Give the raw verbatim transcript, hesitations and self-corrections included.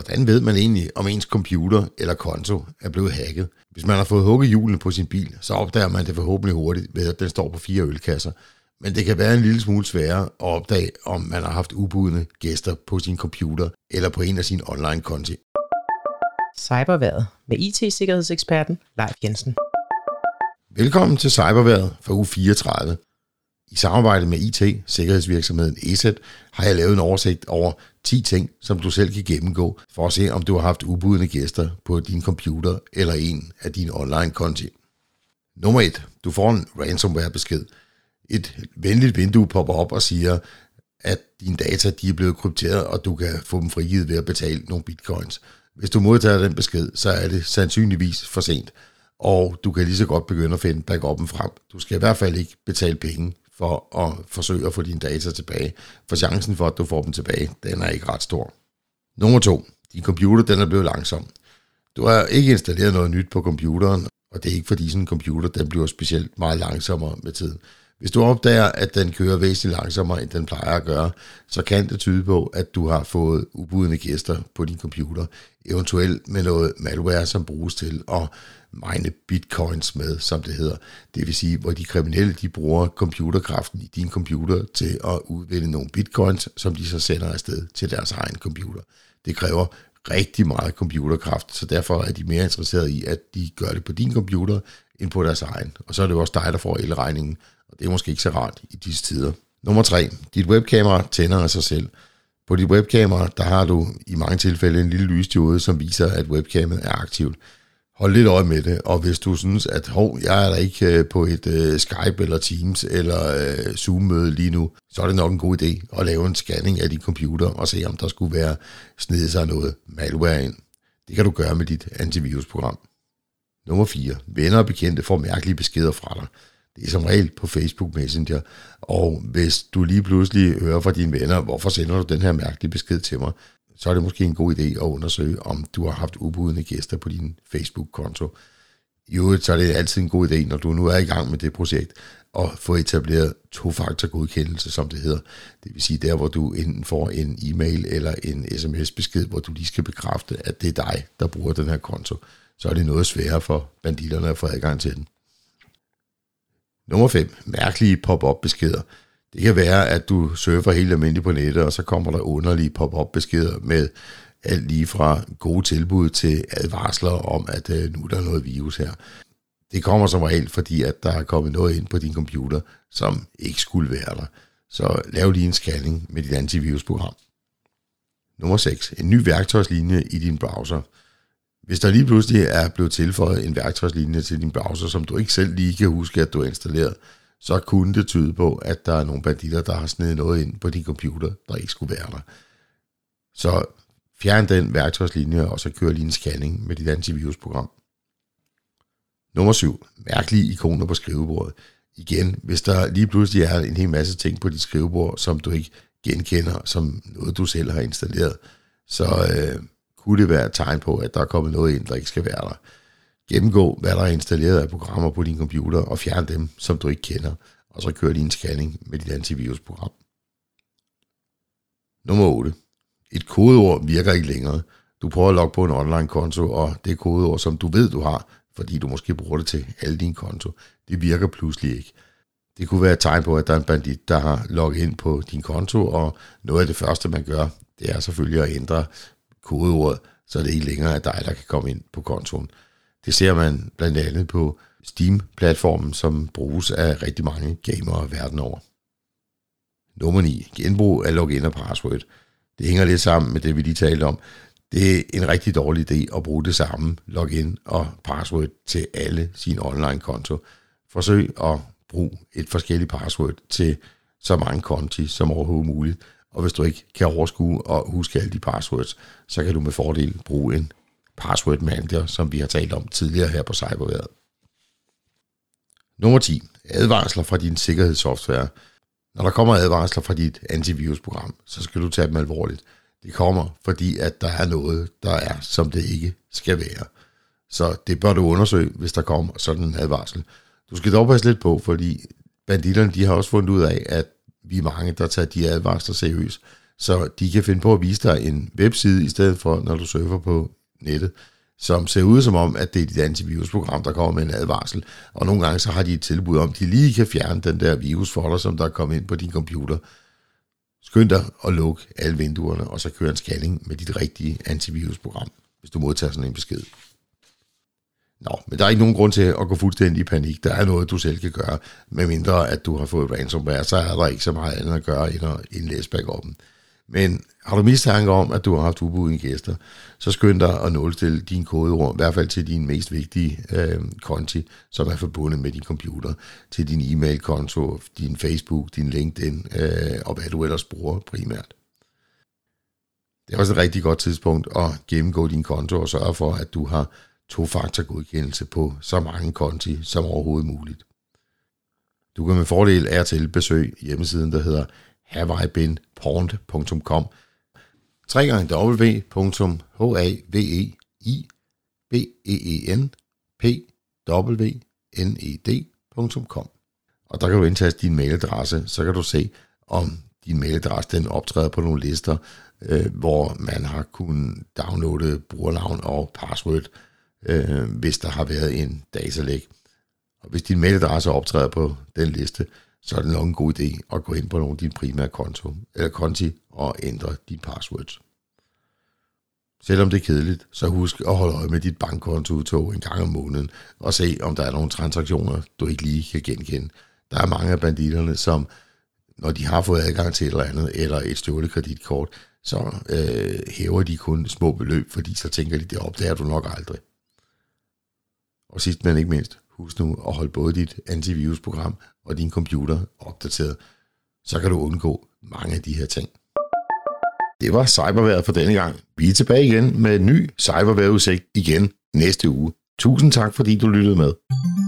Hvordan ved man egentlig, om ens computer eller konto er blevet hacket? Hvis man har fået hugget hjulene på sin bil, så opdager man det forhåbentlig hurtigt ved, at den står på fire ølkasser. Men det kan være en lille smule sværere at opdage, om man har haft ubudne gæster på sin computer eller på en af sine online-konti. Cyberværet med I T-sikkerhedseksperten Leif Jensen. Velkommen til Cyberværet for uge fireogtredive. I samarbejde med I T-sikkerhedsvirksomheden E S E T har jeg lavet en oversigt over ti ting, som du selv kan gennemgå for at se, om du har haft ubudne gæster på din computer eller en af dine online-konti. Nummer et. Du får en ransomware-besked. Et venligt vindue popper op og siger, at dine data de er blevet krypteret, og du kan få dem frigivet ved at betale nogle bitcoins. Hvis du modtager den besked, så er det sandsynligvis for sent, og du kan lige så godt begynde at finde backuppen frem. Du skal i hvert fald ikke betale penge for at forsøge at få dine data tilbage, for chancen for, at du får dem tilbage, den er ikke ret stor. Nummer to. Din computer den er blevet langsom. Du har ikke installeret noget nyt på computeren, og det er ikke fordi sådan en computer den bliver specielt meget langsommere med tiden. Hvis du opdager, at den kører væsentligt langsommere, end den plejer at gøre, så kan det tyde på, at du har fået ubudne gæster på din computer, eventuelt med noget malware, som bruges til at mine bitcoins med, som det hedder. Det vil sige, hvor de kriminelle de bruger computerkraften i din computer til at udvinde nogle bitcoins, som de så sender afsted til deres egen computer. Det kræver rigtig meget computerkraft, så derfor er de mere interesserede i, at de gør det på din computer, end på deres egen. Og så er det jo også dig, der får elregningen, og det er måske ikke så rart i disse tider. Nummer tre. Dit webkamera tænder af sig selv. På dit webkamera, der har du i mange tilfælde en lille lysdiode, som viser, at webkameraet er aktivt. Hold lidt øje med det, og hvis du synes, at hov, jeg er der ikke på et uh, Skype eller Teams eller uh, Zoom-møde lige nu, så er det nok en god idé at lave en scanning af din computer og se, om der skulle være snedet sig noget malware ind. Det kan du gøre med dit antivirusprogram. Nummer fire. Venner og bekendte får mærkelige beskeder fra dig. Det er som regel på Facebook Messenger, og hvis du lige pludselig hører fra dine venner, hvorfor sender du den her mærkelige besked til mig, så er det måske en god idé at undersøge, om du har haft ubudne gæster på din Facebook-konto. I øvrigt så er det altid en god idé, når du nu er i gang med det projekt, at få etableret to-faktor-godkendelse, som det hedder. Det vil sige der, hvor du enten får en e-mail eller en sms-besked, hvor du lige skal bekræfte, at det er dig, der bruger den her konto. Så er det noget sværere for banditterne at få adgang til den. Nummer fem. Mærkelige pop-up beskeder. Det kan være, at du surfer helt almindeligt på nettet, og så kommer der underlige pop-up beskeder med alt lige fra gode tilbud til advarsler om, at øh, nu er der noget virus her. Det kommer som regel, fordi at der er kommet noget ind på din computer, som ikke skulle være der. Så lav lige en scanning med dit antivirusprogram. Nummer seks. En ny værktøjslinje i din browser. Hvis der lige pludselig er blevet tilføjet en værktøjslinje til din browser, som du ikke selv lige kan huske, at du har installeret, så kunne det tyde på, at der er nogle banditter, der har snedet noget ind på din computer, der ikke skulle være der. Så fjern den værktøjslinje, og så kør lige en scanning med dit antivirusprogram. Nummer syv. Mærkelige ikoner på skrivebordet. Igen, hvis der lige pludselig er en hel masse ting på dit skrivebord, som du ikke genkender som noget, du selv har installeret, så øh, kunne det være et tegn på, at der er kommet noget ind, der ikke skal være der. Gennemgå, hvad der er installeret af programmer på din computer, og fjern dem, som du ikke kender, og så kør lige en scanning med dit antivirusprogram. Nummer otte. Et kodeord virker ikke længere. Du prøver at logge på en online-konto, og det kodeord, som du ved, du har, fordi du måske bruger det til alle dine konto, det virker pludselig ikke. Det kunne være et tegn på, at der er en bandit, der har logget ind på din konto, og noget af det første, man gør, det er selvfølgelig at ændre kodeordet, så det ikke længere er dig, der kan komme ind på kontoen. Det ser man blandt andet på Steam-platformen, som bruges af rigtig mange gamere verden over. Nummer ni. Genbrug af login og password. Det hænger lidt sammen med det, vi lige talte om. Det er en rigtig dårlig idé at bruge det samme login og password til alle sine online-konto. Forsøg at bruge et forskelligt password til så mange konti som overhovedet muligt. Og hvis du ikke kan overskue og huske alle de passwords, så kan du med fordel bruge en password manager, som vi har talt om tidligere her på Cyberværet. Nummer ti. Advarsler fra din sikkerhedssoftware. Når der kommer advarsler fra dit antivirusprogram, så skal du tage dem alvorligt. Det kommer, fordi at der er noget, der er, som det ikke skal være. Så det bør du undersøge, hvis der kommer sådan en advarsel. Du skal dog passe lidt på, fordi banditterne de har også fundet ud af, at vi er mange, der tager de advarsler seriøst. så de kan finde på at vise dig en webside i stedet for, når du surfer på nettet, som ser ud som om, at det er dit antivirusprogram, der kommer med en advarsel, og nogle gange så har de et tilbud om, at de lige kan fjerne den der virus for dig, som der er kommet ind på din computer. Skynd dig at lukke alle vinduerne, og så køre en scanning med dit rigtige antivirusprogram, hvis du modtager sådan en besked. Nå, men der er ikke nogen grund til at gå fuldstændig i panik. Der er noget, du selv kan gøre, medmindre at du har fået ransomware, så er der ikke så meget andet at gøre, end at indlæse backuppen. Men har du mistanke om, at du har haft ubudne gæster, så skynd dig at nulstille din kodeord, i hvert fald til din mest vigtige øh, konti, som er forbundet med din computer, til din e-mail-konto, din Facebook, din LinkedIn, øh, og hvad du ellers bruger primært. Det er også et rigtig godt tidspunkt at gennemgå din konto og sørge for, at du har to-faktor-godkendelse på så mange konti som overhovedet muligt. Du kan med fordel af og til besøge hjemmesiden, der hedder have I been pawned punktum com, tre gange w punktum h a v e i b e e n p w n e d punktum com. Og der kan du indtaste din mailadresse, så kan du se, om din mailadresse den optræder på nogle lister, øh, hvor man har kunnet downloade brugernavn og password, øh, hvis der har været en datalæk. Og hvis din mailadresse optræder på den liste, så er det nok en god idé at gå ind på nogle af dine primære konto, eller konti og ændre dine passwords. Selvom det er kedeligt, så husk at holde øje med dit bankkontoudtog en gang om måneden, og se, om der er nogle transaktioner, du ikke lige kan genkende. Der er mange af banditterne, som når de har fået adgang til et eller andet, eller et stjålet kreditkort, så øh, hæver de kun små beløb, fordi så tænker de, det opdager du nok aldrig. Og sidst men ikke mindst, husk nu at holde både dit antivirusprogram og din computer opdateret, så kan du undgå mange af de her ting. Det var cyberværet for denne gang. Vi er tilbage igen med en ny cyberværetudsigt igen næste uge. Tusind tak, fordi du lyttede med.